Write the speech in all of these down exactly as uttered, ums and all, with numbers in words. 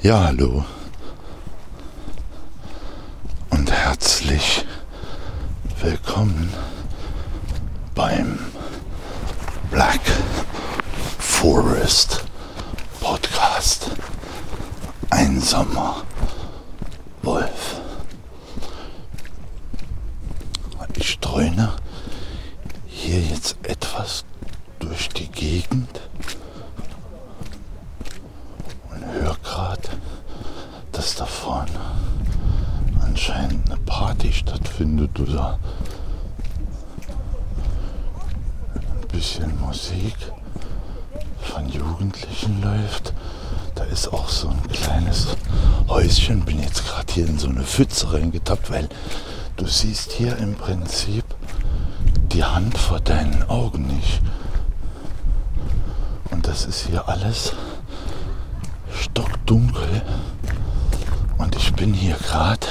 Ja, hallo und herzlich willkommen beim Black Forest Podcast. Einsamer Wolf. Ich streune hier jetzt etwas durch die Gegend und höre gerade, dass da vorne anscheinend eine Party stattfindet oder ein bisschen Musik von Jugendlichen läuft. Da ist auch so ein kleines Häuschen. Bin jetzt gerade hier in so eine Pfütze reingetappt, weil du siehst hier im Prinzip die Hand vor deinen Augen nicht. Und das ist hier alles stockdunkel. Und ich bin hier gerade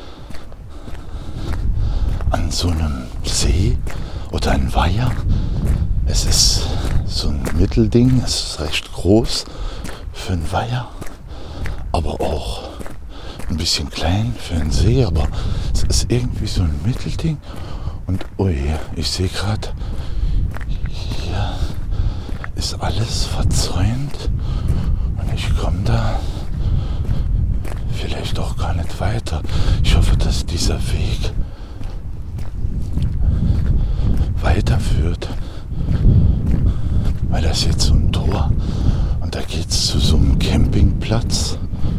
an so einem See oder ein Weiher. Es ist so ein Mittelding, es ist recht groß für einen Weiher, aber auch ein bisschen klein für einen See, aber es ist irgendwie so ein Mittelding. Und oh je, ich sehe gerade, hier ist alles verzäunt und ich komme da vielleicht auch gar nicht weiter. Ich hoffe, dass dieser Weg weiterführt, weil das jetzt so ein Tor und da geht es zu so einem Campingplatz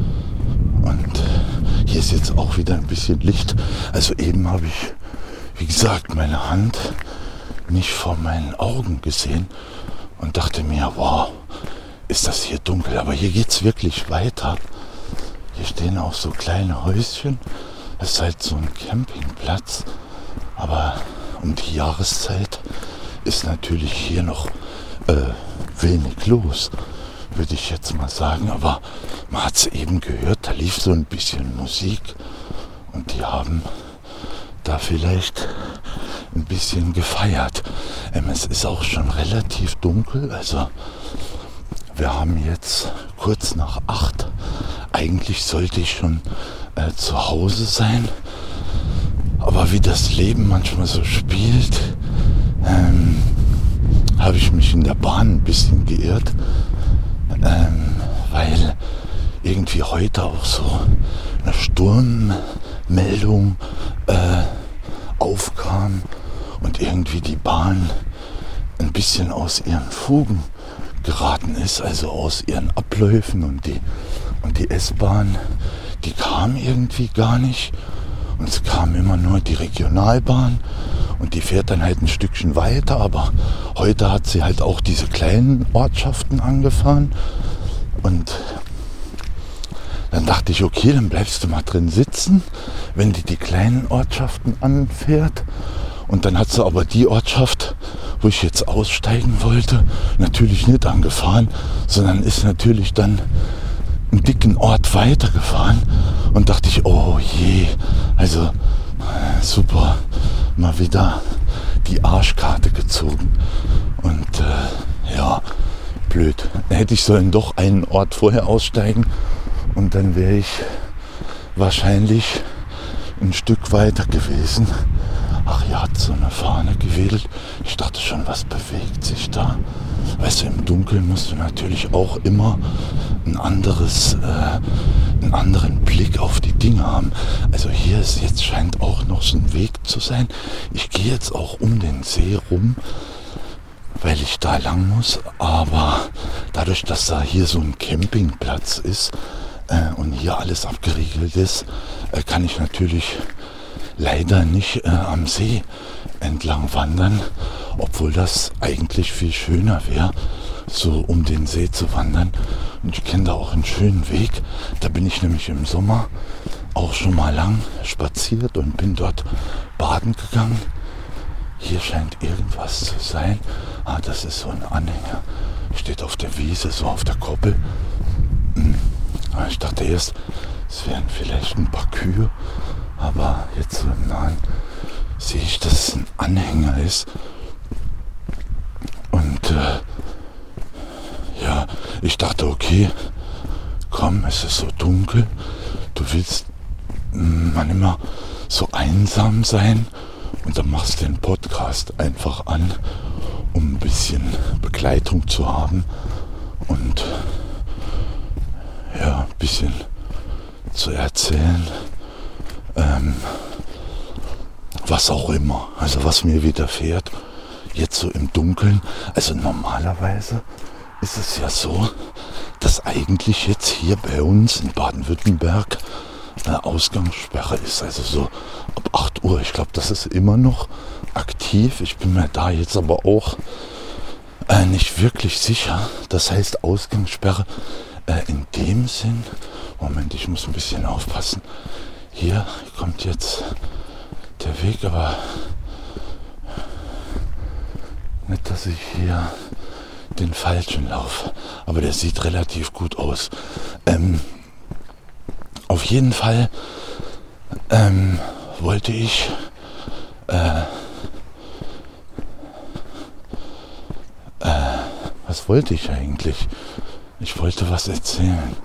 und hier ist jetzt auch wieder ein bisschen Licht. Also eben habe ich, wie gesagt, meine Hand nicht vor meinen Augen gesehen und dachte mir, wow, ist das hier dunkel, aber hier geht es wirklich weiter. Hier stehen auch so kleine Häuschen, es ist halt so ein Campingplatz, aber um die Jahreszeit ist natürlich hier noch äh, wenig los, würde ich jetzt mal sagen, aber man hat es eben gehört, da lief so ein bisschen Musik und die haben da vielleicht ein bisschen gefeiert. Ähm, es ist auch schon relativ dunkel, also wir haben jetzt kurz nach acht. Eigentlich sollte ich schon äh, zu Hause sein, aber wie das Leben manchmal so spielt, ähm, habe ich mich in der Bahn ein bisschen geirrt, ähm, weil irgendwie heute auch so eine Sturmmeldung äh, aufkam und irgendwie die Bahn ein bisschen aus ihren Fugen geraten ist, also aus ihren Abläufen und die, und die S-Bahn, die kam irgendwie gar nicht und es kam immer nur die Regionalbahn und die fährt dann halt ein Stückchen weiter, aber heute hat sie halt auch diese kleinen Ortschaften angefahren und dann dachte ich, okay, dann bleibst du mal drin sitzen, wenn die die kleinen Ortschaften anfährt. Und dann hat sie aber die Ortschaft, wo ich jetzt aussteigen wollte, natürlich nicht angefahren, sondern ist natürlich dann einen dicken Ort weitergefahren. Und dachte ich, oh je, also super, mal wieder die Arschkarte gezogen. Und äh, ja, blöd. Da hätte ich sollen doch einen Ort vorher aussteigen und dann wäre ich wahrscheinlich ein Stück weiter gewesen. Ach ja, hat so eine Fahne gewedelt. Ich dachte schon, was bewegt sich da? Weißt du, im Dunkeln musst du natürlich auch immer ein anderes, äh, einen anderen Blick auf die Dinge haben. Also hier ist jetzt scheint auch noch so ein Weg zu sein. Ich gehe jetzt auch um den See rum, weil ich da lang muss. Aber dadurch, dass da hier so ein Campingplatz ist äh, und hier alles abgeriegelt ist, äh, kann ich natürlich leider nicht äh, am See entlang wandern, obwohl das eigentlich viel schöner wäre, so um den See zu wandern. Und ich kenne da auch einen schönen Weg. Da bin ich nämlich im Sommer auch schon mal lang spaziert und bin dort baden gegangen. Hier scheint irgendwas zu sein. Ah, das ist so ein Anhänger. Steht auf der Wiese, so auf der Koppel. Hm. Ich dachte erst, es wären vielleicht ein paar Kühe. Aber jetzt so im Nahen sehe ich, dass es ein Anhänger ist. Und äh, ja, ich dachte, okay, komm, es ist so dunkel, du willst man immer so einsam sein und dann machst du den Podcast einfach an, um ein bisschen Begleitung zu haben und ja, ein bisschen zu erzählen, ähm, was auch immer, also was mir widerfährt, jetzt so im Dunkeln. Also normalerweise ist es ja so, dass eigentlich jetzt hier bei uns in Baden-Württemberg eine Ausgangssperre ist, also so ab acht Uhr. Ich glaube, das ist immer noch aktiv. Ich bin mir da jetzt aber auch äh, nicht wirklich sicher. Das heißt Ausgangssperre äh, in dem Sinn. Moment, ich muss ein bisschen aufpassen. Hier kommt jetzt der Weg, aber nicht, dass ich hier den falschen laufe. Aber der sieht relativ gut aus. Ähm, auf jeden Fall ähm, wollte ich äh, äh, was wollte ich eigentlich? Ich wollte was erzählen.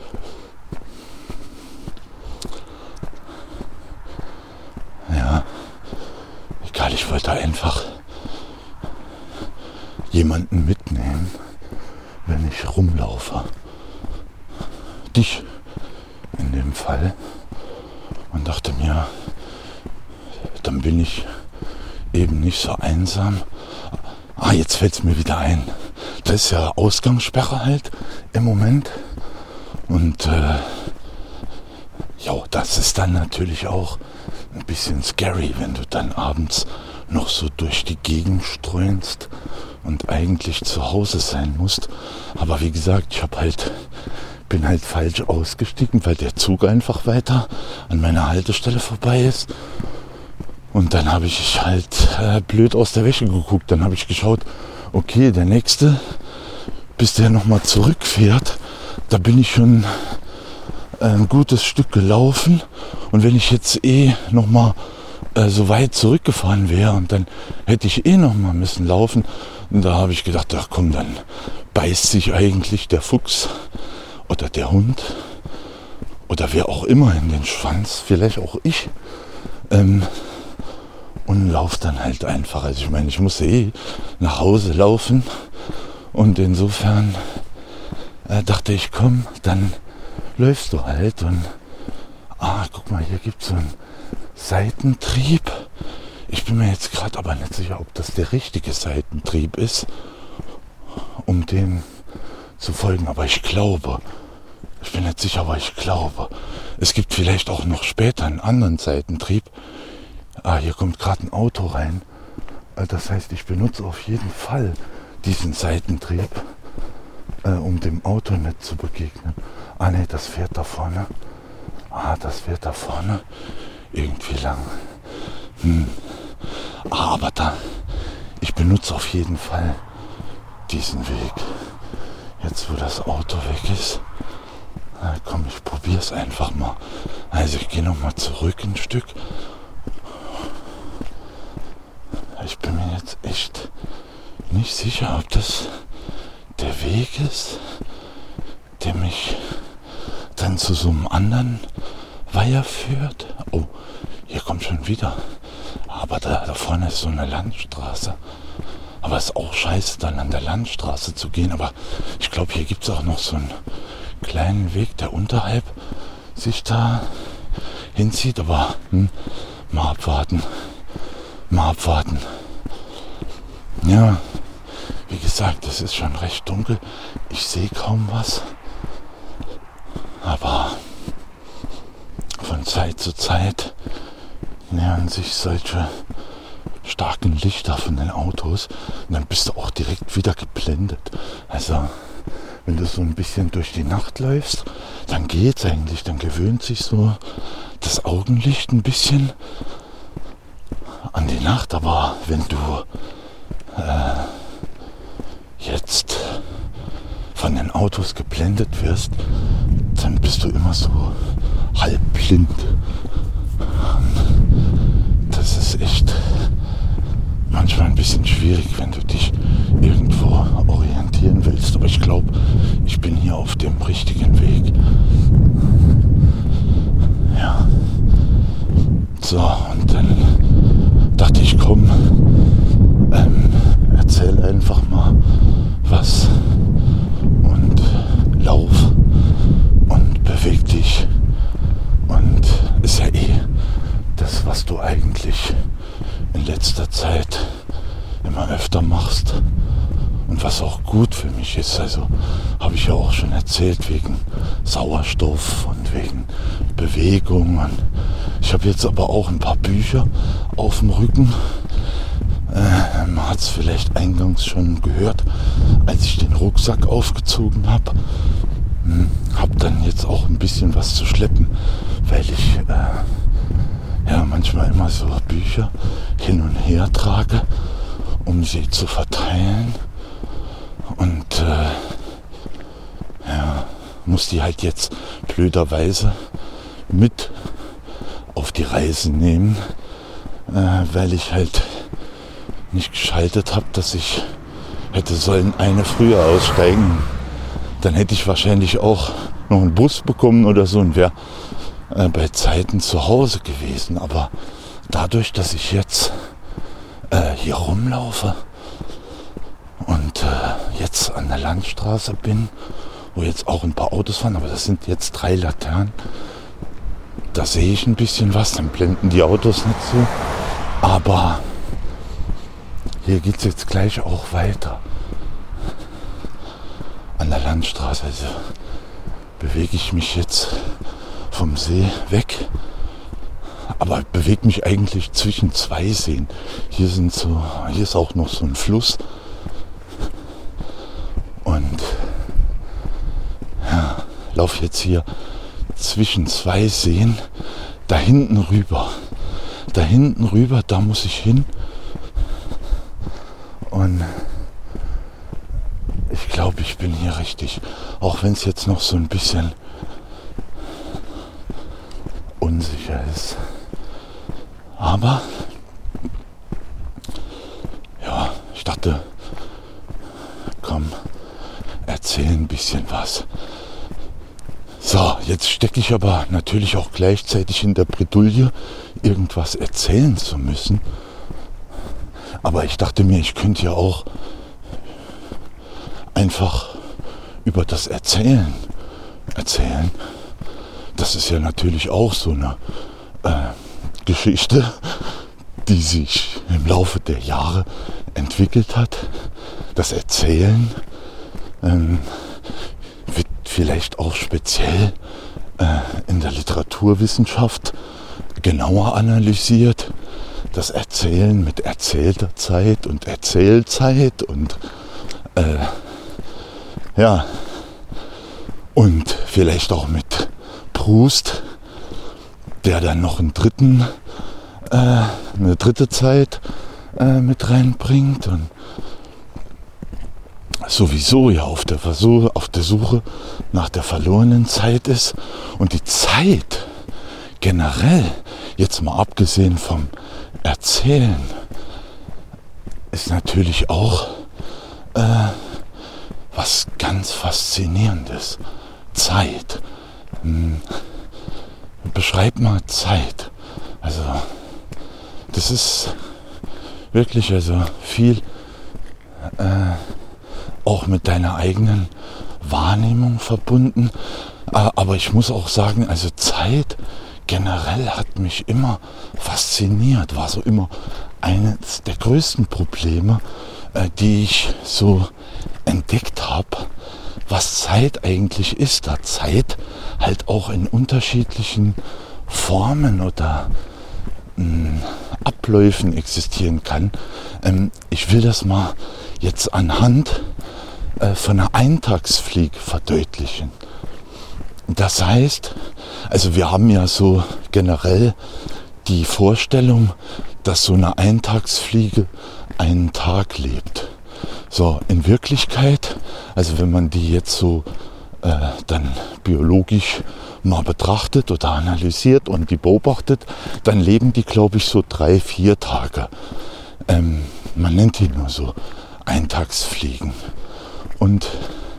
Ja, egal, ich wollte einfach jemanden mitnehmen, wenn ich rumlaufe. Dich in dem Fall. Und dachte mir, dann bin ich eben nicht so einsam. Ah, jetzt fällt es mir wieder ein. Das ist ja Ausgangssperre halt im Moment. Und äh, ja, das ist dann natürlich auch ein bisschen scary, wenn du dann abends noch so durch die Gegend streunst und eigentlich zu Hause sein musst. Aber wie gesagt, ich habe halt, bin halt falsch ausgestiegen, weil der Zug einfach weiter an meiner Haltestelle vorbei ist. Und dann habe ich halt äh, blöd aus der Wäsche geguckt. Dann habe ich geschaut, okay, der nächste, bis der nochmal zurückfährt, da bin ich schon ein gutes Stück gelaufen. Und wenn ich jetzt eh nochmal äh, so weit zurückgefahren wäre und dann hätte ich eh nochmal müssen laufen. Und da habe ich gedacht, ach komm, dann beißt sich eigentlich der Fuchs oder der Hund oder wer auch immer in den Schwanz, vielleicht auch ich, ähm, und laufe dann halt einfach. Also ich meine, ich muss eh nach Hause laufen und insofern äh, dachte ich, komm, dann läufst du halt und ah, guck mal, hier gibt es so einen Seitentrieb. Ich bin mir jetzt gerade aber nicht sicher, ob das der richtige Seitentrieb ist, um dem zu folgen, aber ich glaube, ich bin nicht sicher, aber ich glaube, es gibt vielleicht auch noch später einen anderen Seitentrieb. Ah, hier kommt gerade ein Auto rein. Das heißt, ich benutze auf jeden Fall diesen Seitentrieb, äh, um dem Auto nicht zu begegnen. Ah ne, das fährt da vorne. Ah, das fährt da vorne irgendwie lang. Hm. Ah, aber da, ich benutze auf jeden Fall diesen Weg. Jetzt, wo das Auto weg ist, na, komm, ich probiere es einfach mal. Also ich gehe nochmal zurück ein Stück. Ich bin mir jetzt echt nicht sicher, ob das der Weg ist, der mich dann zu so einem anderen Weiher führt. Oh, hier kommt schon wieder. Aber da, da vorne ist so eine Landstraße. Aber es ist auch scheiße, dann an der Landstraße zu gehen. Aber ich glaube, hier gibt es auch noch so einen kleinen Weg, der unterhalb sich da hinzieht. Aber hm, mal abwarten. Mal abwarten. Ja, wie gesagt, es ist schon recht dunkel. Ich sehe kaum was. Aber von Zeit zu Zeit nähern sich solche starken Lichter von den Autos und dann bist du auch direkt wieder geblendet. Also wenn du so ein bisschen durch die Nacht läufst, dann geht's eigentlich, dann gewöhnt sich so das Augenlicht ein bisschen an die Nacht, aber wenn du äh, jetzt von den Autos geblendet wirst, dann bist du immer so halb blind. Das ist echt manchmal ein bisschen schwierig, wenn du dich irgendwo orientieren willst. Aber ich glaube, ich bin hier auf dem richtigen Weg. was auch gut für mich ist. Also habe ich ja auch schon erzählt, wegen Sauerstoff und wegen Bewegung. Und ich habe jetzt aber auch ein paar Bücher auf dem Rücken. Äh, man hat es vielleicht eingangs schon gehört, als ich den Rucksack aufgezogen habe. Hm, habe dann jetzt auch ein bisschen was zu schleppen, weil ich äh, ja manchmal immer so Bücher hin und her trage, um sie zu verteilen. Und äh, ja, muss die halt jetzt blöderweise mit auf die Reise nehmen, äh, weil ich halt nicht geschaltet habe, dass ich hätte sollen eine früher aussteigen. Dann hätte ich wahrscheinlich auch noch einen Bus bekommen oder so und wäre äh, bei Zeiten zu Hause gewesen. Aber dadurch, dass ich jetzt äh, hier rumlaufe und äh, jetzt an der Landstraße bin, wo jetzt auch ein paar Autos fahren, aber das sind jetzt drei Laternen, da sehe ich ein bisschen was, dann blenden die Autos nicht so. Aber hier geht es jetzt gleich auch weiter. An der Landstraße also bewege ich mich jetzt vom See weg, aber bewege mich eigentlich zwischen zwei Seen. Hier sind so, hier ist auch noch so ein Fluss und ja, laufe jetzt hier zwischen zwei Seen da hinten rüber. Da hinten rüber, da muss ich hin. Und ich glaube, ich bin hier richtig, auch wenn es jetzt noch so ein bisschen unsicher ist. Aber ja, ich dachte, komm, erzähl ein bisschen was. So, jetzt stecke ich aber natürlich auch gleichzeitig in der Bredouille, irgendwas erzählen zu müssen. Aber ich dachte mir, ich könnte ja auch einfach über das Erzählen erzählen. Das ist ja natürlich auch so eine äh, Geschichte, die sich im Laufe der Jahre entwickelt hat. Das Erzählen ähm, wird vielleicht auch speziell äh, in der Literaturwissenschaft genauer analysiert. Das Erzählen mit erzählter Zeit und Erzählzeit und äh, ja, und vielleicht auch mit Proust, der dann noch einen dritten, äh, eine dritte Zeit äh, mit reinbringt und sowieso ja auf der, Versuch, auf der Suche nach der verlorenen Zeit ist. Und die Zeit generell, jetzt mal abgesehen vom Erzählen, ist natürlich auch äh, was ganz Faszinierendes. Zeit. Hm. Beschreib mal Zeit. Also das ist wirklich also viel äh, auch mit deiner eigenen Wahrnehmung verbunden. Aber ich muss auch sagen, also Zeit generell hat mich immer fasziniert, war so immer eines der größten Probleme, äh, die ich so entdeckt habe, was Zeit eigentlich ist, da Zeit halt auch in unterschiedlichen Formen oder mh, Abläufen existieren kann. Ähm, ich will das mal jetzt anhand äh, von einer Eintagsfliege verdeutlichen. Das heißt, also wir haben ja so generell die Vorstellung, dass so eine Eintagsfliege einen Tag lebt. So, in Wirklichkeit, also wenn man die jetzt so äh, dann biologisch mal betrachtet oder analysiert und die beobachtet, dann leben die, glaube ich, so drei, vier Tage. Ähm, man nennt die nur so Eintagsfliegen. Und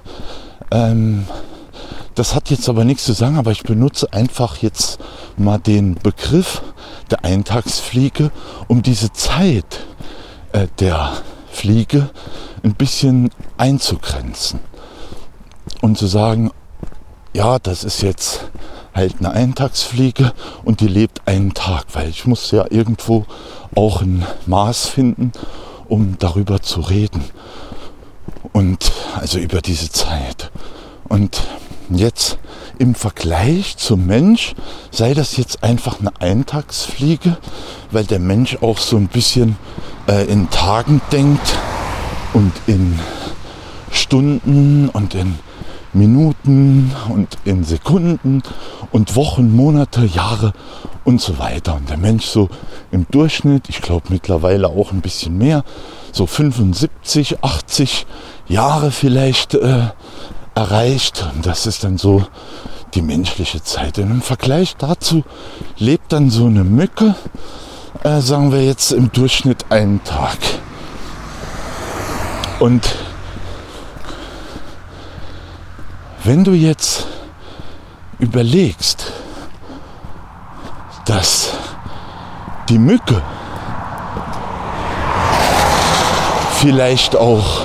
ähm, das hat jetzt aber nichts zu sagen, aber ich benutze einfach jetzt mal den Begriff der Eintagsfliege, um diese Zeit äh, der Fliege ein bisschen einzugrenzen und zu sagen, ja, das ist jetzt halt eine Eintagsfliege und die lebt einen Tag, weil ich muss ja irgendwo auch ein Maß finden, um darüber zu reden. Und also über diese Zeit. Und jetzt im Vergleich zum Mensch sei das jetzt einfach eine Eintagsfliege, weil der Mensch auch so ein bisschen äh, in Tagen denkt und in Stunden und in Minuten und in Sekunden und Wochen, Monate, Jahre und so weiter. Und der Mensch so im Durchschnitt, ich glaube mittlerweile auch ein bisschen mehr, so fünfundsiebzig, achtzig Jahre vielleicht äh, erreicht. Und das ist dann so die menschliche Zeit. Und im Vergleich dazu lebt dann so eine Mücke, äh, sagen wir jetzt im Durchschnitt einen Tag. Und wenn du jetzt überlegst, dass die Mücke vielleicht auch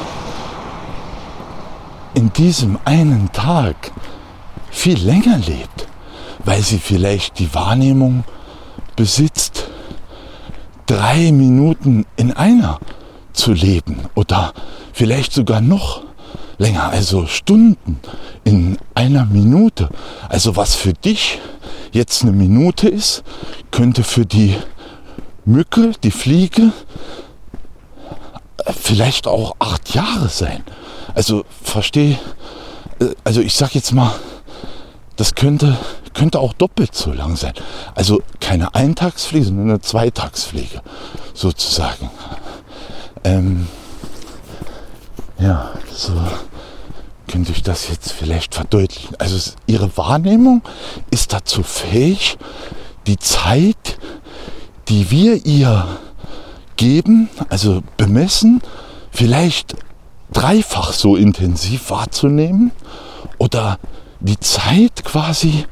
in diesem einen Tag viel länger lebt, weil sie vielleicht die Wahrnehmung besitzt, drei Minuten in einer zu leben oder vielleicht sogar noch länger, also Stunden in einer Minute. Also was für dich jetzt eine Minute ist, könnte für die Mücke, die Fliege, vielleicht auch acht Jahre sein. Also verstehe, also ich sag jetzt mal, das könnte, könnte auch doppelt so lang sein. Also keine Eintagsfliege, sondern eine Zweitagsfliege sozusagen. Ähm, ja, so könnte ich das jetzt vielleicht verdeutlichen. Also es, ihre Wahrnehmung ist dazu fähig, die Zeit, die wir ihr geben, also bemessen, vielleicht dreifach so intensiv wahrzunehmen oder die Zeit quasi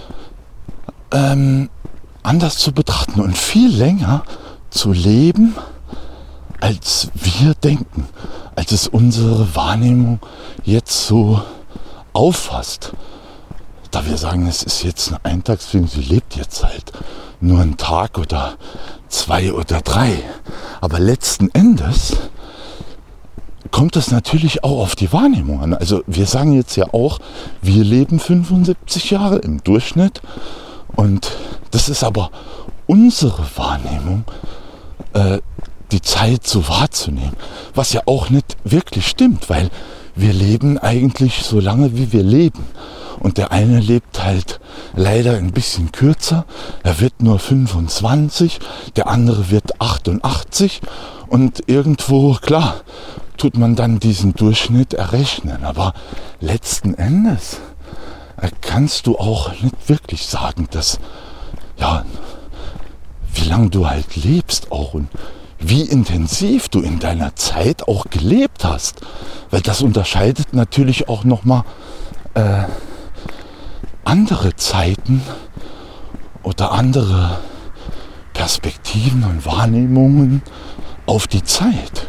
ähm, anders zu betrachten und viel länger zu leben, als wir denken, als es unsere Wahrnehmung jetzt so auffasst. Da wir sagen, es ist jetzt eine Eintagsfliege, sie lebt jetzt halt nur einen Tag oder zwei oder drei. Aber letzten Endes kommt es natürlich auch auf die Wahrnehmung an. Also wir sagen jetzt ja auch, wir leben fünfundsiebzig Jahre im Durchschnitt. Und das ist aber unsere Wahrnehmung, äh, die Zeit so wahrzunehmen. Was ja auch nicht wirklich stimmt, weil wir leben eigentlich so lange, wie wir leben. Und der eine lebt halt leider ein bisschen kürzer, er wird nur fünfundzwanzig, der andere wird achtundachtzig und irgendwo, klar, tut man dann diesen Durchschnitt errechnen. Aber letzten Endes kannst du auch nicht wirklich sagen, dass, ja, wie lange du halt lebst auch und wie intensiv du in deiner Zeit auch gelebt hast. Weil das unterscheidet natürlich auch nochmal äh, andere Zeiten oder andere Perspektiven und Wahrnehmungen auf die Zeit.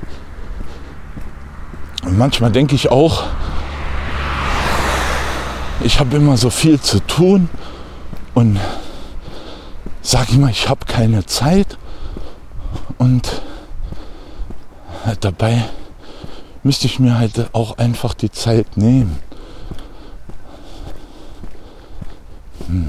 Und manchmal denke ich auch, ich habe immer so viel zu tun und sage immer, ich habe keine Zeit. Und dabei müsste ich mir halt auch einfach die Zeit nehmen. Hm.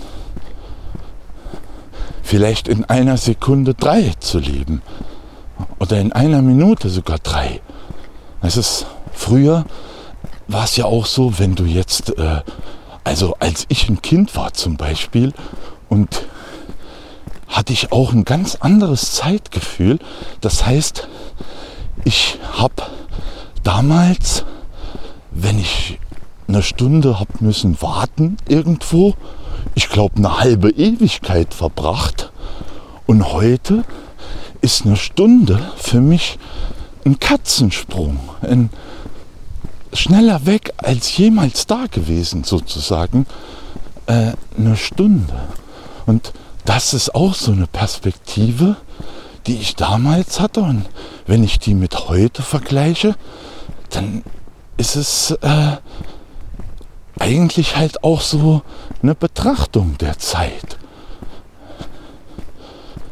Vielleicht in einer Sekunde drei zu leben. Oder in einer Minute sogar drei. Es ist, früher war es ja auch so, wenn du jetzt, äh, also als ich ein Kind war zum Beispiel und hatte ich auch ein ganz anderes Zeitgefühl. Das heißt, ich habe damals, wenn ich eine Stunde habe müssen warten irgendwo, ich glaube eine halbe Ewigkeit verbracht. Und heute ist eine Stunde für mich ein Katzensprung, ein schneller weg als jemals da gewesen sozusagen, äh, eine Stunde. Und das ist auch so eine Perspektive, die ich damals hatte. Und wenn ich die mit heute vergleiche, dann ist es äh, eigentlich halt auch so eine Betrachtung der Zeit.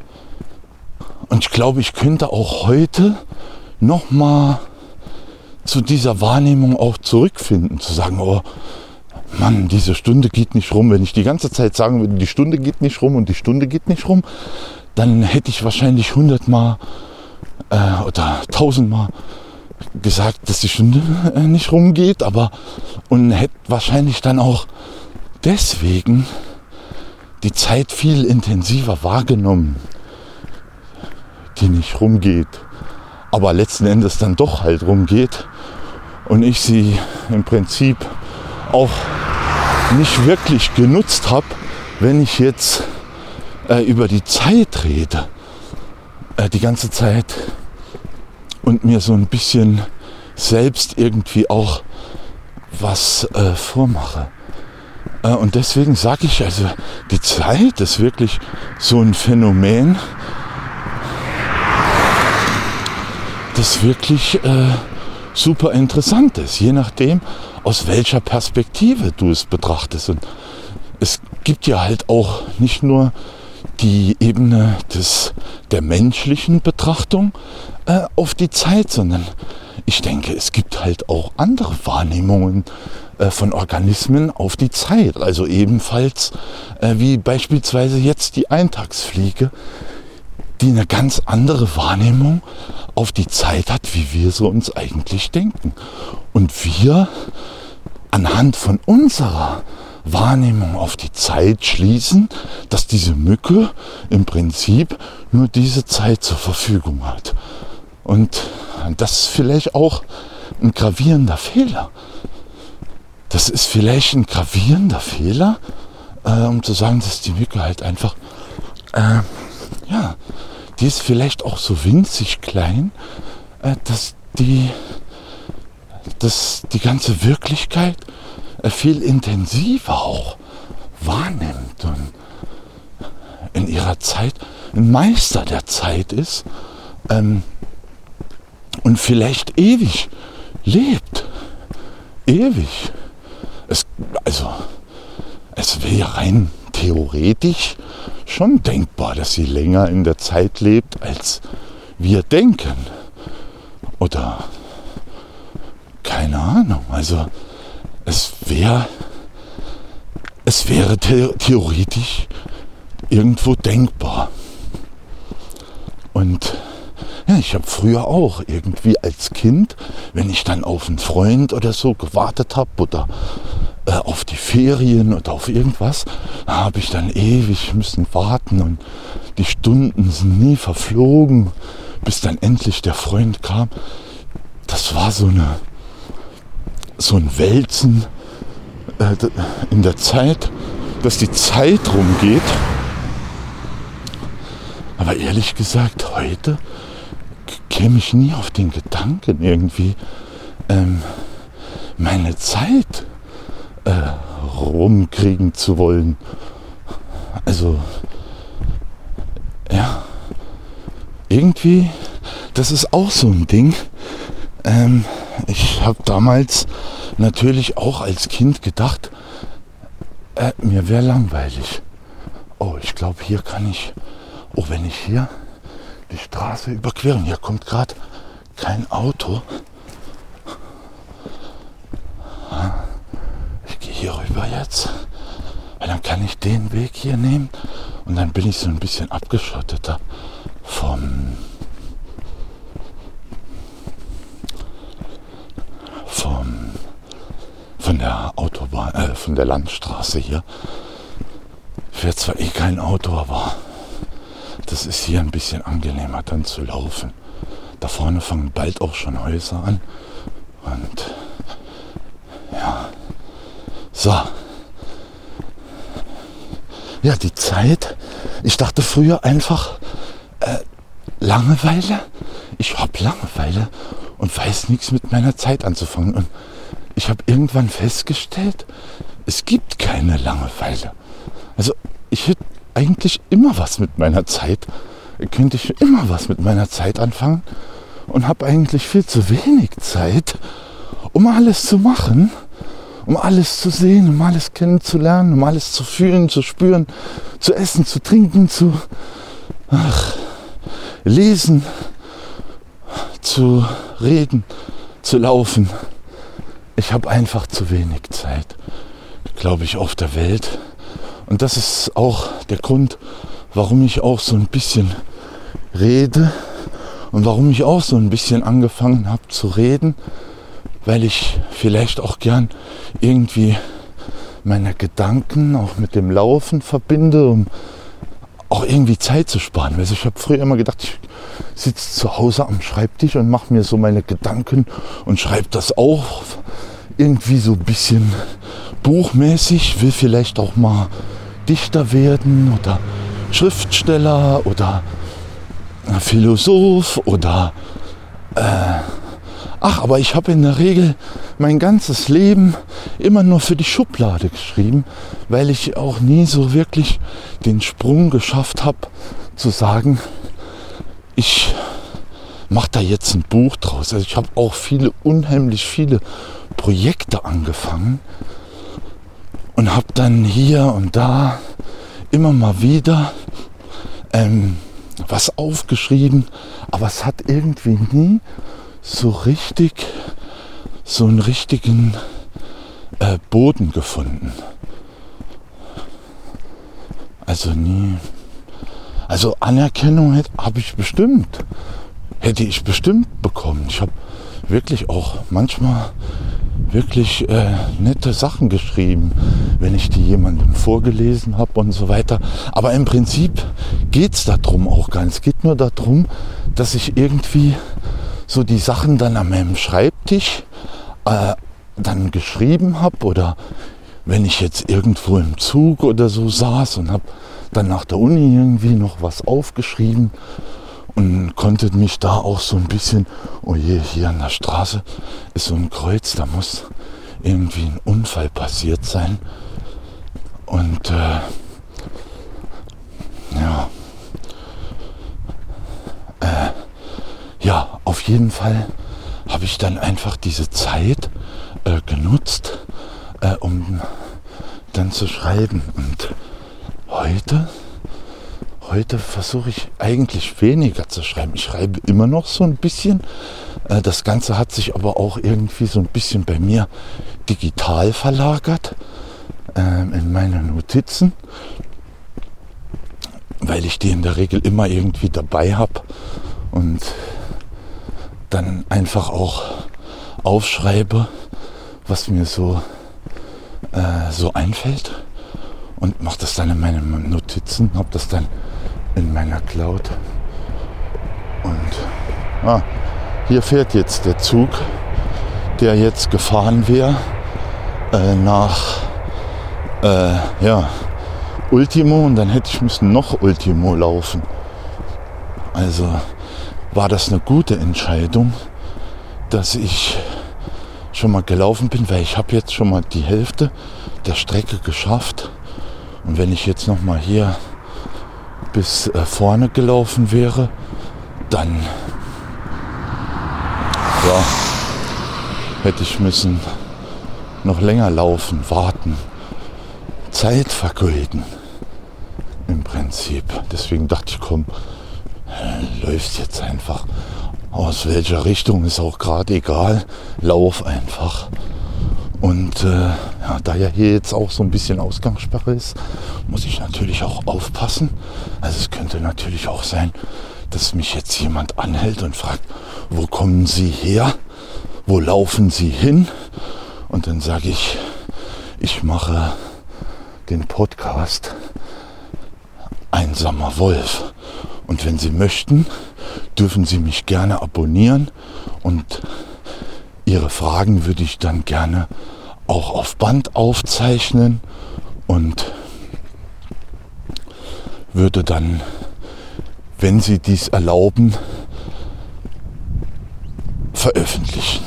Und ich glaube, ich könnte auch heute nochmal zu dieser Wahrnehmung auch zurückfinden, zu sagen, oh Mann, diese Stunde geht nicht rum. Wenn ich die ganze Zeit sagen würde, die Stunde geht nicht rum und die Stunde geht nicht rum, dann hätte ich wahrscheinlich hundertmal äh, oder tausendmal gesagt, dass die Stunde äh, nicht rumgeht, aber und hätte wahrscheinlich dann auch deswegen die Zeit viel intensiver wahrgenommen, die nicht rumgeht, aber letzten Endes dann doch halt rumgeht und ich sie im Prinzip auch nicht wirklich genutzt habe, wenn ich jetzt äh, über die Zeit rede, äh, die ganze Zeit und mir so ein bisschen selbst irgendwie auch was äh, vormache. Äh, und deswegen sage ich, also die Zeit ist wirklich so ein Phänomen, das wirklich äh, super interessant ist, je nachdem, aus welcher Perspektive du es betrachtest. Und es gibt ja halt auch nicht nur die Ebene des, der menschlichen Betrachtung äh, auf die Zeit, sondern ich denke, es gibt halt auch andere Wahrnehmungen äh, von Organismen auf die Zeit. Also ebenfalls äh, wie beispielsweise jetzt die Eintagsfliege, die eine ganz andere Wahrnehmung auf die Zeit hat, wie wir so uns eigentlich denken. Und wir anhand von unserer Wahrnehmung auf die Zeit schließen, dass diese Mücke im Prinzip nur diese Zeit zur Verfügung hat. Und das ist vielleicht auch ein gravierender Fehler. Das ist vielleicht ein gravierender Fehler, äh, um zu sagen, dass die Mücke halt einfach, äh, ja, die ist vielleicht auch so winzig klein, äh, dass die, dass die ganze Wirklichkeit äh, viel intensiver auch wahrnimmt und in ihrer Zeit ein Meister der Zeit ist ähm, und vielleicht ewig lebt. Ewig. Es, also, es wäre rein theoretisch schon denkbar, dass sie länger in der Zeit lebt, als wir denken. Oder keine Ahnung. Also es wäre es wäre the- theoretisch irgendwo denkbar. Und ja, ich habe früher auch irgendwie als Kind, wenn ich dann auf einen Freund oder so gewartet habe oder äh, auf die Ferien oder auf irgendwas, habe ich dann ewig müssen warten und die Stunden sind nie verflogen, bis dann endlich der Freund kam. Das war so eine so ein Wälzen äh, in der Zeit, dass die Zeit rumgeht. Aber ehrlich gesagt, heute käme ich nie auf den Gedanken, irgendwie ähm, meine Zeit äh, rumkriegen zu wollen. Also, ja, irgendwie, das ist auch so ein Ding. Ähm, ich habe damals natürlich auch als Kind gedacht, äh, mir wäre langweilig. Oh, ich glaube, hier kann ich, oh, wenn ich hier die Straße überqueren, hier kommt gerade kein Auto. Ich gehe hier rüber jetzt, weil dann kann ich den Weg hier nehmen und dann bin ich so ein bisschen abgeschotteter vom vom von der Autobahn, äh, von der Landstraße hier. Fährt zwar eh kein Auto, aber das ist hier ein bisschen angenehmer dann zu laufen. Da vorne fangen bald auch schon Häuser an. Und ja, so. Ja, die Zeit. Ich dachte früher einfach, äh, Langeweile. Ich habe Langeweile und weiß nichts mit meiner Zeit anzufangen. Und ich habe irgendwann festgestellt, es gibt keine Langeweile. Also ich hätte eigentlich immer was mit meiner Zeit, könnte ich immer was mit meiner Zeit anfangen und habe eigentlich viel zu wenig Zeit, um alles zu machen, um alles zu sehen, um alles kennenzulernen, um alles zu fühlen, zu spüren, zu essen, zu trinken, zu ach, lesen, zu reden, zu laufen. Ich habe einfach zu wenig Zeit, glaube ich, auf der Welt. Und das ist auch der Grund, warum ich auch so ein bisschen rede und warum ich auch so ein bisschen angefangen habe zu reden, weil ich vielleicht auch gern irgendwie meine Gedanken auch mit dem Laufen verbinde, um auch irgendwie Zeit zu sparen. Also ich habe früher immer gedacht, ich sitze zu Hause am Schreibtisch und mache mir so meine Gedanken und schreibe das auch irgendwie so ein bisschen buchmäßig, will vielleicht auch mal Dichter werden oder Schriftsteller oder Philosoph oder äh, ach, aber ich habe in der Regel mein ganzes Leben immer nur für die Schublade geschrieben, weil ich auch nie so wirklich den Sprung geschafft habe, zu sagen, ich mache da jetzt ein Buch draus. Also ich habe auch viele, unheimlich viele Projekte angefangen und habe dann hier und da immer mal wieder ähm, was aufgeschrieben, aber es hat irgendwie nie so richtig, so einen richtigen äh, Boden gefunden. Also nie. Also Anerkennung habe ich bestimmt, hätte ich bestimmt bekommen. Ich habe wirklich auch manchmal wirklich äh, nette Sachen geschrieben, wenn ich die jemandem vorgelesen habe und so weiter. Aber im Prinzip geht es darum auch gar nicht. Es geht nur darum, dass ich irgendwie so die Sachen dann an meinem Schreibtisch äh, dann geschrieben habe oder wenn ich jetzt irgendwo im Zug oder so saß und habe dann nach der Uni irgendwie noch was aufgeschrieben und konnte mich da auch so ein bisschen, oh je, hier an der Straße ist so ein Kreuz, da muss irgendwie ein Unfall passiert sein. Und äh, ja, äh, ja, auf jeden Fall habe ich dann einfach diese Zeit äh, genutzt, äh, um dann zu schreiben. Und heute, heute versuche ich eigentlich weniger zu schreiben. Ich schreibe immer noch so ein bisschen. Äh, das Ganze hat sich aber auch irgendwie so ein bisschen bei mir digital verlagert äh, in meine Notizen, weil ich die in der Regel immer irgendwie dabei habe und dann einfach auch aufschreibe, was mir so, äh, so einfällt und mache das dann in meine Notizen, habe das dann in meiner Cloud. Und ah, hier fährt jetzt der Zug, der jetzt gefahren wäre äh, nach äh, ja, Ultimo, und dann hätte ich müssen noch Ultimo laufen. Also war das eine gute Entscheidung, dass ich schon mal gelaufen bin, weil ich habe jetzt schon mal die Hälfte der Strecke geschafft. Und wenn ich jetzt noch mal hier bis äh, vorne gelaufen wäre, dann ja, hätte ich müssen noch länger laufen, warten, Zeit vergeuden im Prinzip. Deswegen dachte ich, komm, läufst jetzt einfach. Aus welcher Richtung ist auch gerade egal. Lauf einfach. Und äh, ja, da ja hier jetzt auch so ein bisschen Ausgangssperre ist, muss ich natürlich auch aufpassen. Also es könnte natürlich auch sein, dass mich jetzt jemand anhält und fragt, wo kommen Sie her? Wo laufen Sie hin? Und dann sage ich, ich mache den Podcast Einsamer Wolf. Und wenn Sie möchten, dürfen Sie mich gerne abonnieren und Ihre Fragen würde ich dann gerne auch auf Band aufzeichnen und würde dann, wenn Sie dies erlauben, veröffentlichen.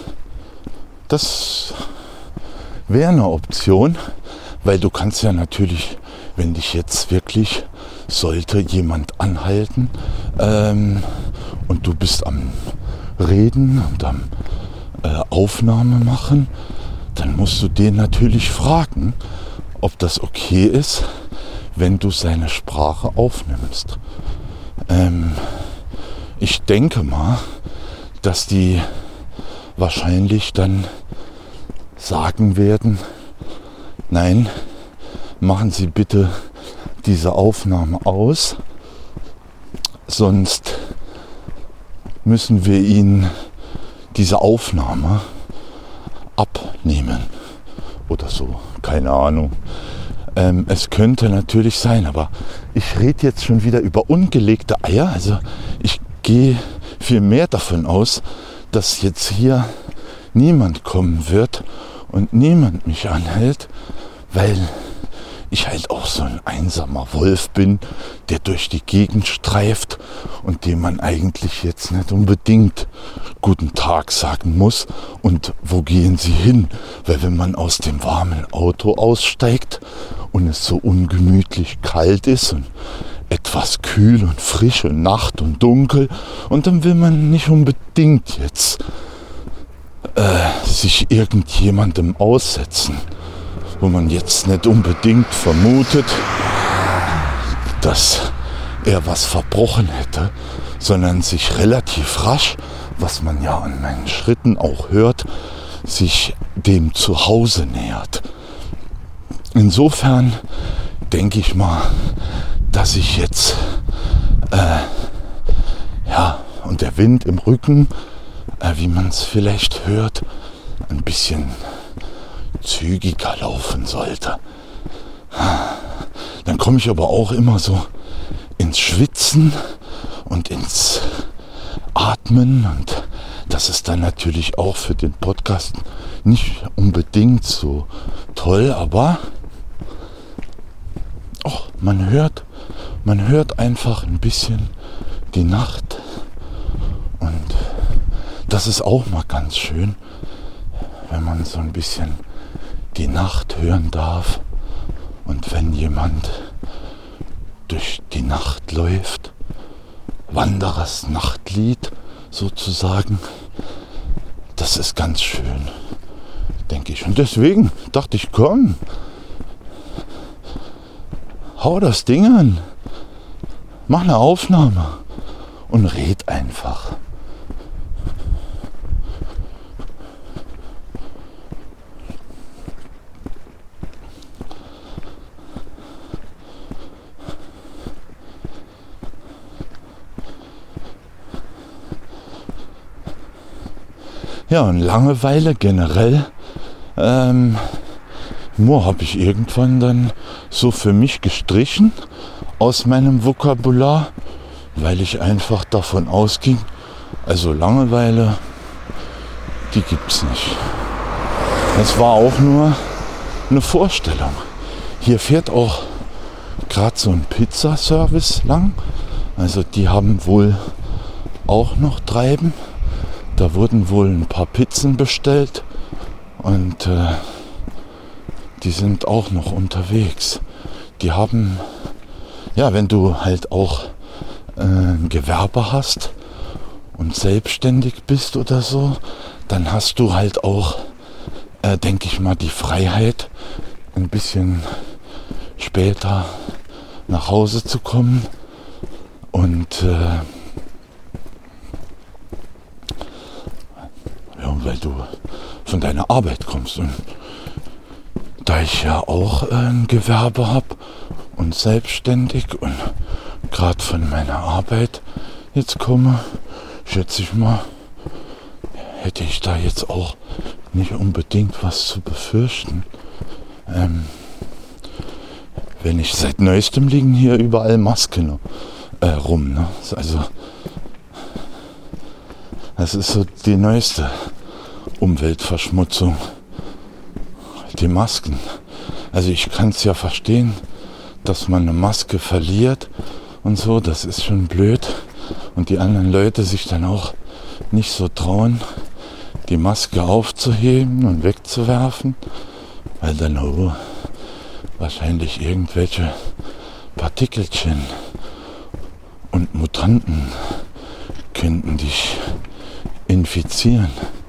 Das wäre eine Option, weil du kannst ja natürlich, wenn dich jetzt wirklich sollte jemand anhalten ähm, und du bist am Reden und am äh, Aufnahme machen, dann musst du den natürlich fragen, ob das okay ist, wenn du seine Sprache aufnimmst. Ähm, ich denke mal, dass die wahrscheinlich dann sagen werden, nein, machen Sie bitte diese Aufnahme aus, sonst müssen wir Ihnen diese Aufnahme abnehmen oder so, keine Ahnung. Ähm, es könnte natürlich sein, aber ich rede jetzt schon wieder über ungelegte Eier. Also ich gehe viel mehr davon aus, dass jetzt hier niemand kommen wird und niemand mich anhält, weil ich halt auch so ein einsamer Wolf bin, der durch die Gegend streift und dem man eigentlich jetzt nicht unbedingt guten Tag sagen muss und wo gehen Sie hin, weil wenn man aus dem warmen Auto aussteigt und es so ungemütlich kalt ist und etwas kühl und frisch und Nacht und dunkel und dann will man nicht unbedingt jetzt äh, sich irgendjemandem aussetzen, wo man jetzt nicht unbedingt vermutet, dass er was verbrochen hätte, sondern sich relativ rasch, was man ja an meinen Schritten auch hört, sich dem Zuhause nähert. Insofern denke ich mal, dass ich jetzt, äh, ja, und der Wind im Rücken, äh, wie man es vielleicht hört, ein bisschen zügiger laufen sollte. Dann komme ich aber auch immer so ins Schwitzen und ins Atmen und das ist dann natürlich auch für den Podcast nicht unbedingt so toll, aber oh, man hört, man hört einfach ein bisschen die Nacht und das ist auch mal ganz schön, wenn man so ein bisschen die Nacht hören darf und wenn jemand durch die Nacht läuft, Wanderers Nachtlied sozusagen, das ist ganz schön, denke ich. Und deswegen dachte ich, komm, hau das Ding an, mach eine Aufnahme und red einfach. Ja, und Langeweile generell, ähm, nur habe ich irgendwann dann so für mich gestrichen aus meinem Vokabular, weil ich einfach davon ausging, also Langeweile, die gibt's nicht. Es war auch nur eine Vorstellung. Hier fährt auch gerade so ein Pizzaservice lang, also die haben wohl auch noch Treiben. Da wurden wohl ein paar Pizzen bestellt und äh, die sind auch noch unterwegs. Die haben, ja, wenn du halt auch äh, ein Gewerbe hast und selbstständig bist oder so, dann hast du halt auch, äh, denke ich mal, die Freiheit, ein bisschen später nach Hause zu kommen und äh, weil du von deiner Arbeit kommst. Und da ich ja auch äh, ein Gewerbe habe und selbstständig und gerade von meiner Arbeit jetzt komme, schätze ich mal, hätte ich da jetzt auch nicht unbedingt was zu befürchten. Ähm, wenn ich seit neuestem liegen hier überall Masken äh, rum. Ne? Also das ist so die neueste Umweltverschmutzung, die Masken. Also ich kann es ja verstehen, dass man eine Maske verliert und so, das ist schon blöd. Und die anderen Leute sich dann auch nicht so trauen, die Maske aufzuheben und wegzuwerfen, weil dann oh, wahrscheinlich irgendwelche Partikelchen und Mutanten könnten dich infizieren.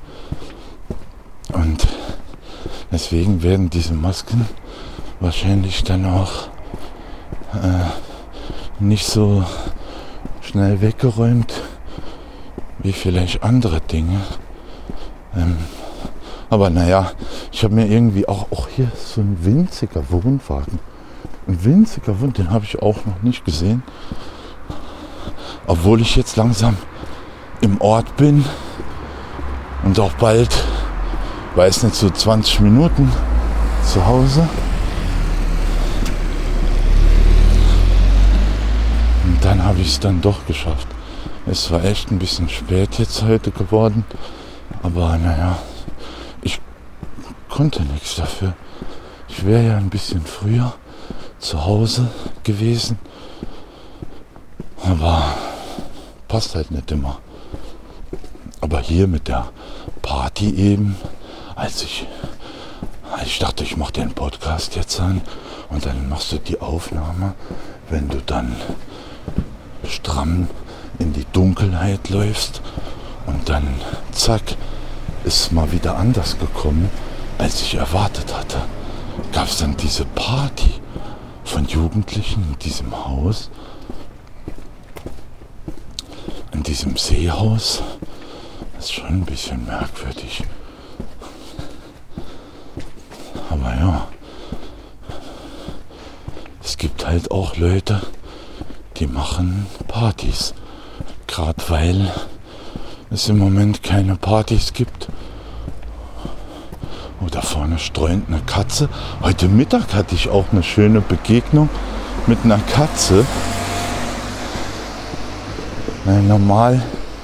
Und deswegen werden diese Masken wahrscheinlich dann auch äh, nicht so schnell weggeräumt wie vielleicht andere Dinge. Ähm, aber naja, ich habe mir irgendwie auch, auch hier so ein winziger Wohnwagen. Ein winziger Wohnwagen, den habe ich auch noch nicht gesehen. Obwohl ich jetzt langsam im Ort bin und auch bald, weiß nicht, so zwanzig Minuten zu Hause. Und dann habe ich es dann doch geschafft. Es war echt ein bisschen spät jetzt heute geworden, aber naja, ich konnte nichts dafür. Ich wäre ja ein bisschen früher zu Hause gewesen, aber passt halt nicht immer. Aber hier mit der Party eben, als ich, ich dachte, ich mache den Podcast jetzt an und dann machst du die Aufnahme, wenn du dann stramm in die Dunkelheit läufst und dann zack, ist mal wieder anders gekommen, als ich erwartet hatte. Gab es dann diese Party von Jugendlichen in diesem Haus, in diesem Seehaus. Das ist schon ein bisschen merkwürdig. Aber ja, es gibt halt auch Leute, die machen Partys. Gerade weil es im Moment keine Partys gibt. Oh, da vorne streunt eine Katze. Heute Mittag hatte ich auch eine schöne Begegnung mit einer Katze. Nein, normal,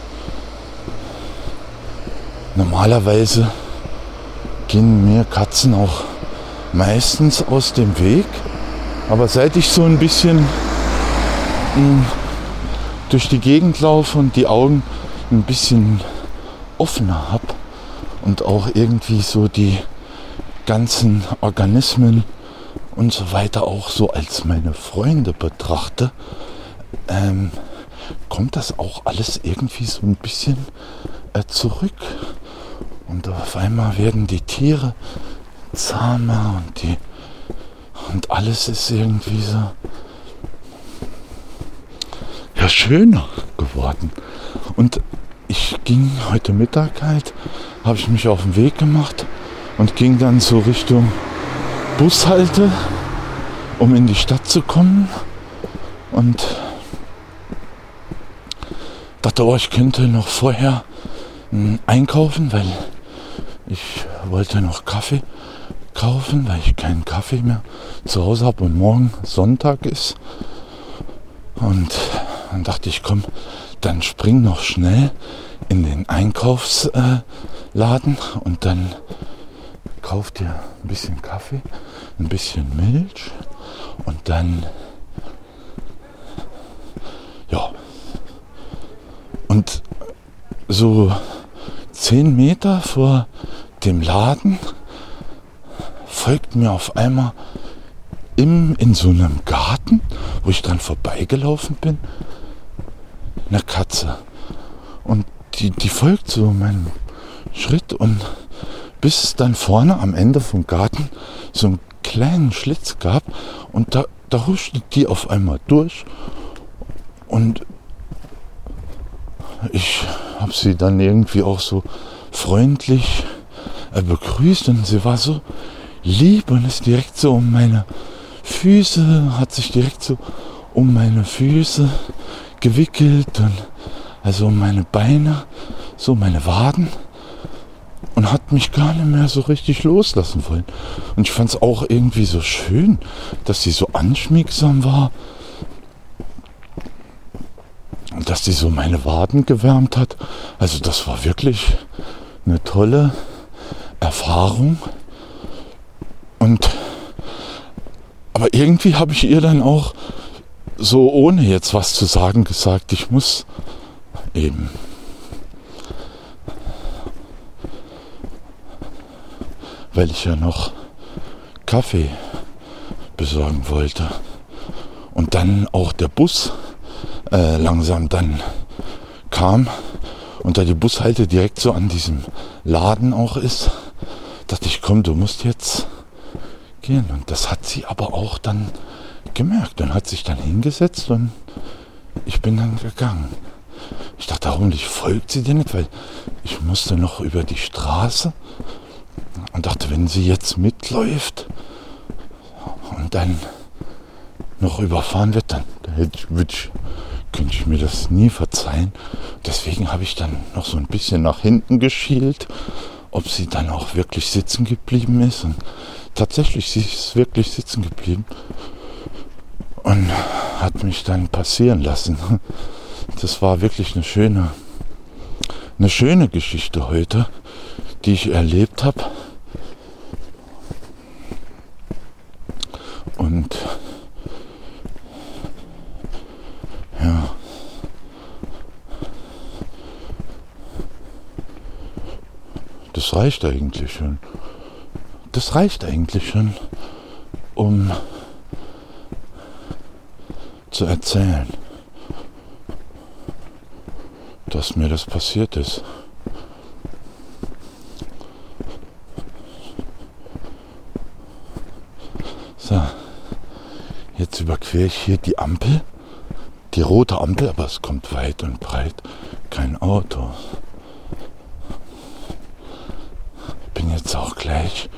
normalerweise gehen mir Katzen auch meistens aus dem Weg. Aber seit ich so ein bisschen mh, durch die Gegend laufe und die Augen ein bisschen offener habe und auch irgendwie so die ganzen Organismen und so weiter auch so als meine Freunde betrachte, ähm, kommt das auch alles irgendwie so ein bisschen äh, zurück. Und auf einmal werden die Tiere zahmer und die und alles ist irgendwie so ja schöner geworden. Und ich ging heute Mittag halt, habe ich mich auf den Weg gemacht und ging dann so Richtung Bushalte, um in die Stadt zu kommen. Und dachte, oh, ich könnte noch vorher mh, einkaufen, weil ich wollte noch Kaffee kaufen, weil ich keinen Kaffee mehr zu Hause habe und morgen Sonntag ist. Und dann dachte ich, komm, dann spring noch schnell in den Einkaufsladen und dann kauf dir ein bisschen Kaffee, ein bisschen Milch und dann ja. Und so zehn Meter vor dem Laden folgt mir auf einmal im, in so einem Garten, wo ich dran vorbeigelaufen bin, eine Katze. Und die, die folgt so meinem Schritt und bis es dann vorne am Ende vom Garten so einen kleinen Schlitz gab und da, da huschte die auf einmal durch und ich habe sie dann irgendwie auch so freundlich äh, begrüßt und sie war so lieb und ist direkt so um meine Füße, hat sich direkt so um meine Füße gewickelt und also um meine Beine, so meine Waden und hat mich gar nicht mehr so richtig loslassen wollen. Und ich fand es auch irgendwie so schön, dass sie so anschmiegsam war und dass sie so meine Waden gewärmt hat. Also das war wirklich eine tolle Erfahrung. Und aber irgendwie habe ich ihr dann auch so ohne jetzt was zu sagen gesagt, ich muss eben weil ich ja noch Kaffee besorgen wollte und dann auch der Bus äh, langsam dann kam und da die Bushalte direkt so an diesem Laden auch ist, dachte ich, komm, du musst jetzt gehen. Und das hat sie aber auch dann gemerkt und hat sich dann hingesetzt und ich bin dann gegangen. Ich dachte, hoffentlich folgt sie dir nicht, weil ich musste noch über die Straße und dachte, wenn sie jetzt mitläuft und dann noch überfahren wird, dann, dann hätte ich, würde ich, könnte ich mir das nie verzeihen. Deswegen habe ich dann noch so ein bisschen nach hinten geschielt, ob sie dann auch wirklich sitzen geblieben ist. Und tatsächlich, sie ist wirklich sitzen geblieben und hat mich dann passieren lassen. Das war wirklich eine schöne, eine schöne Geschichte heute, die ich erlebt habe. Und ja, das reicht eigentlich schon. Das reicht eigentlich schon, um zu erzählen, dass mir das passiert ist. So, jetzt überquere ich hier die Ampel, die rote Ampel, aber es kommt weit und breit kein Auto. Bin jetzt auch gleich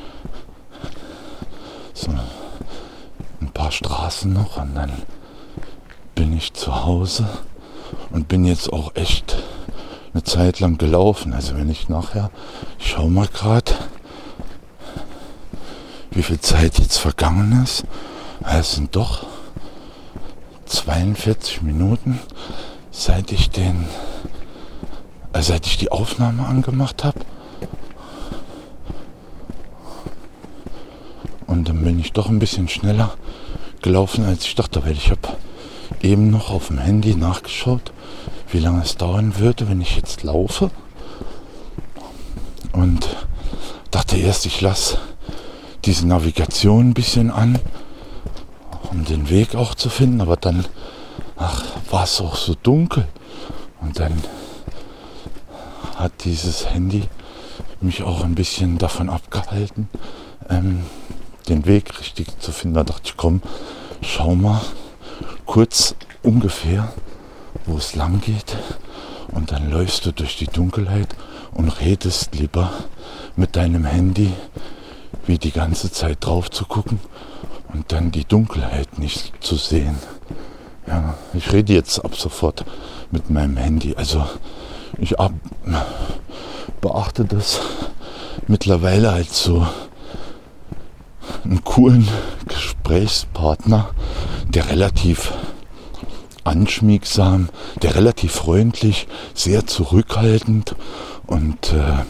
so ein paar Straßen noch und dann bin ich zu Hause und bin jetzt auch echt eine Zeit lang gelaufen. Also wenn ich nachher, ich schau mal gerade, wie viel Zeit jetzt vergangen ist. Es sind doch zweiundvierzig Minuten, seit ich den, äh, seit ich die Aufnahme angemacht habe. Und dann bin ich doch ein bisschen schneller gelaufen, als ich dachte, weil ich habe eben noch auf dem Handy nachgeschaut, wie lange es dauern würde, wenn ich jetzt laufe. Und dachte erst, ich lasse diese Navigation ein bisschen an, um den Weg auch zu finden. Aber dann ach, war es auch so dunkel. Und dann hat dieses Handy mich auch ein bisschen davon abgehalten, ähm, den Weg richtig zu finden. Da dachte ich, komm, schau mal kurz ungefähr, wo es lang geht. Und dann läufst du durch die Dunkelheit und redest lieber mit deinem Handy, wie die ganze Zeit drauf zu gucken und dann die Dunkelheit nicht zu sehen. Ja, ich rede jetzt ab sofort mit meinem Handy. Also ich ab, beachte das mittlerweile als so einen coolen Gesprächspartner, der relativ anschmiegsam, der relativ freundlich, sehr zurückhaltend und äh,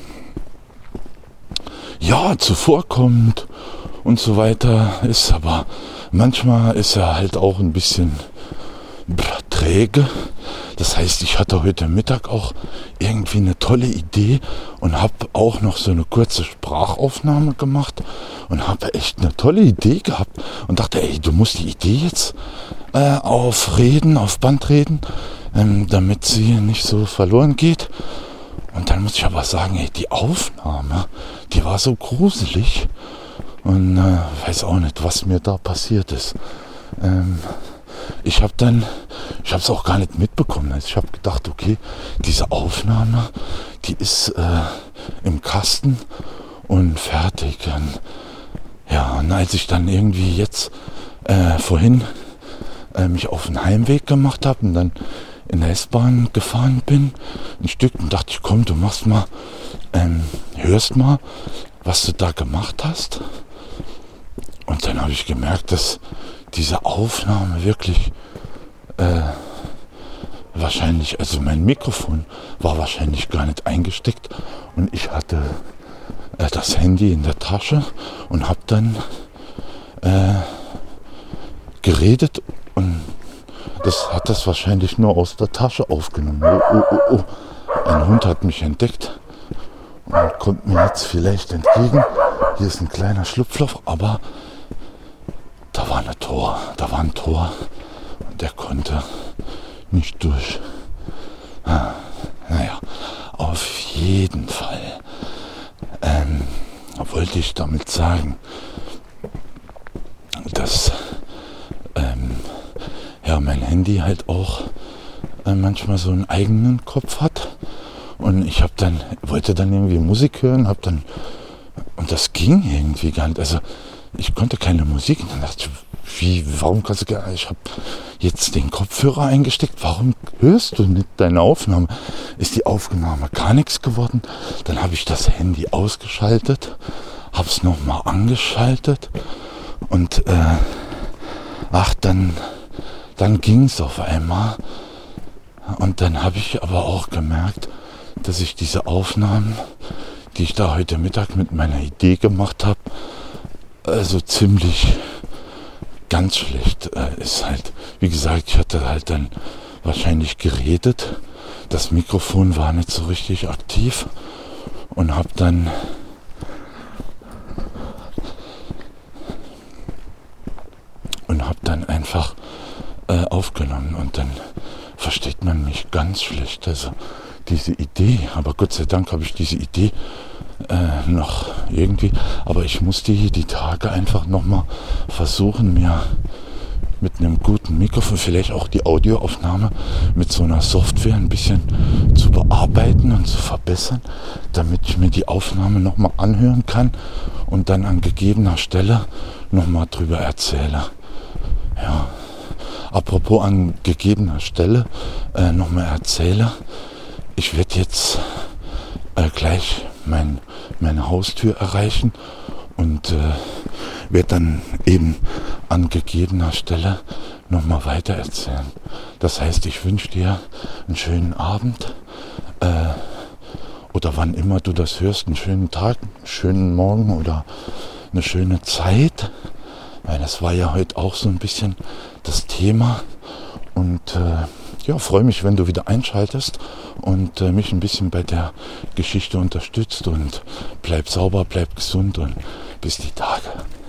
ja, zuvorkommend und so weiter ist, aber manchmal ist er halt auch ein bisschen träge. Das heißt, ich hatte heute Mittag auch irgendwie eine tolle Idee und habe auch noch so eine kurze Sprachaufnahme gemacht und habe echt eine tolle Idee gehabt und dachte, ey, du musst die Idee jetzt äh, auf Reden, auf Band reden, ähm, damit sie nicht so verloren geht. Und dann muss ich aber sagen, ey, die Aufnahme, die war so gruselig und äh, weiß auch nicht, was mir da passiert ist. Ähm, ich habe dann, ich habe es auch gar nicht mitbekommen. Also ich habe gedacht, okay, diese Aufnahme, die ist äh, im Kasten und fertig. Und, ja, und als ich dann irgendwie jetzt äh, vorhin äh, mich auf den Heimweg gemacht habe und dann in der S-Bahn gefahren bin, ein Stück, und dachte ich, komm, du machst mal, ähm, hörst mal, was du da gemacht hast. Und dann habe ich gemerkt, dass diese Aufnahme wirklich äh, wahrscheinlich, also mein Mikrofon war wahrscheinlich gar nicht eingesteckt und ich hatte äh, das Handy in der Tasche und habe dann äh, geredet und das hat das wahrscheinlich nur aus der Tasche aufgenommen. Oh, oh, oh, oh. Ein Hund hat mich entdeckt und kommt mir jetzt vielleicht entgegen. Hier ist ein kleiner Schlupfloch, aber da war ein Tor, da war ein Tor und der konnte nicht durch. Ah, naja, auf jeden Fall ähm, wollte ich damit sagen, dass ähm, ja, mein Handy halt auch äh, manchmal so einen eigenen Kopf hat. Und ich habe dann, wollte dann irgendwie Musik hören, habe dann, und das ging irgendwie gar nicht. Also ich konnte keine Musik. Und dann dachte ich, wie, warum kannst du gar nicht? Ich habe jetzt den Kopfhörer eingesteckt. Warum hörst du nicht deine Aufnahme? Ist die Aufnahme gar nichts geworden? Dann habe ich das Handy ausgeschaltet, habe es nochmal angeschaltet und äh, ach, dann, dann ging es auf einmal. Und dann habe ich aber auch gemerkt, dass ich diese Aufnahmen, die ich da heute Mittag mit meiner Idee gemacht habe, also ziemlich ganz schlecht äh, ist halt. Wie gesagt, ich hatte halt dann wahrscheinlich geredet. Das Mikrofon war nicht so richtig aktiv und habe dann und habe dann einfach äh, aufgenommen und dann versteht man mich ganz schlecht. Also diese Idee, aber Gott sei Dank habe ich diese Idee äh, noch irgendwie, aber ich musste hier die Tage einfach nochmal versuchen, mir mit einem guten Mikrofon, vielleicht auch die Audioaufnahme mit so einer Software ein bisschen zu bearbeiten und zu verbessern, damit ich mir die Aufnahme nochmal anhören kann und dann an gegebener Stelle nochmal drüber erzähle. Ja. Apropos an gegebener Stelle äh, nochmal erzähle, ich werde jetzt äh, gleich mein, meine Haustür erreichen und äh, werde dann eben an gegebener Stelle nochmal weiter erzählen. Das heißt, ich wünsche dir einen schönen Abend äh, oder wann immer du das hörst, einen schönen Tag, einen schönen Morgen oder eine schöne Zeit, weil das war ja heute auch so ein bisschen das Thema und äh, ja, freue mich, wenn du wieder einschaltest und äh, mich ein bisschen bei der Geschichte unterstützt und bleib sauber, bleib gesund und bis die Tage.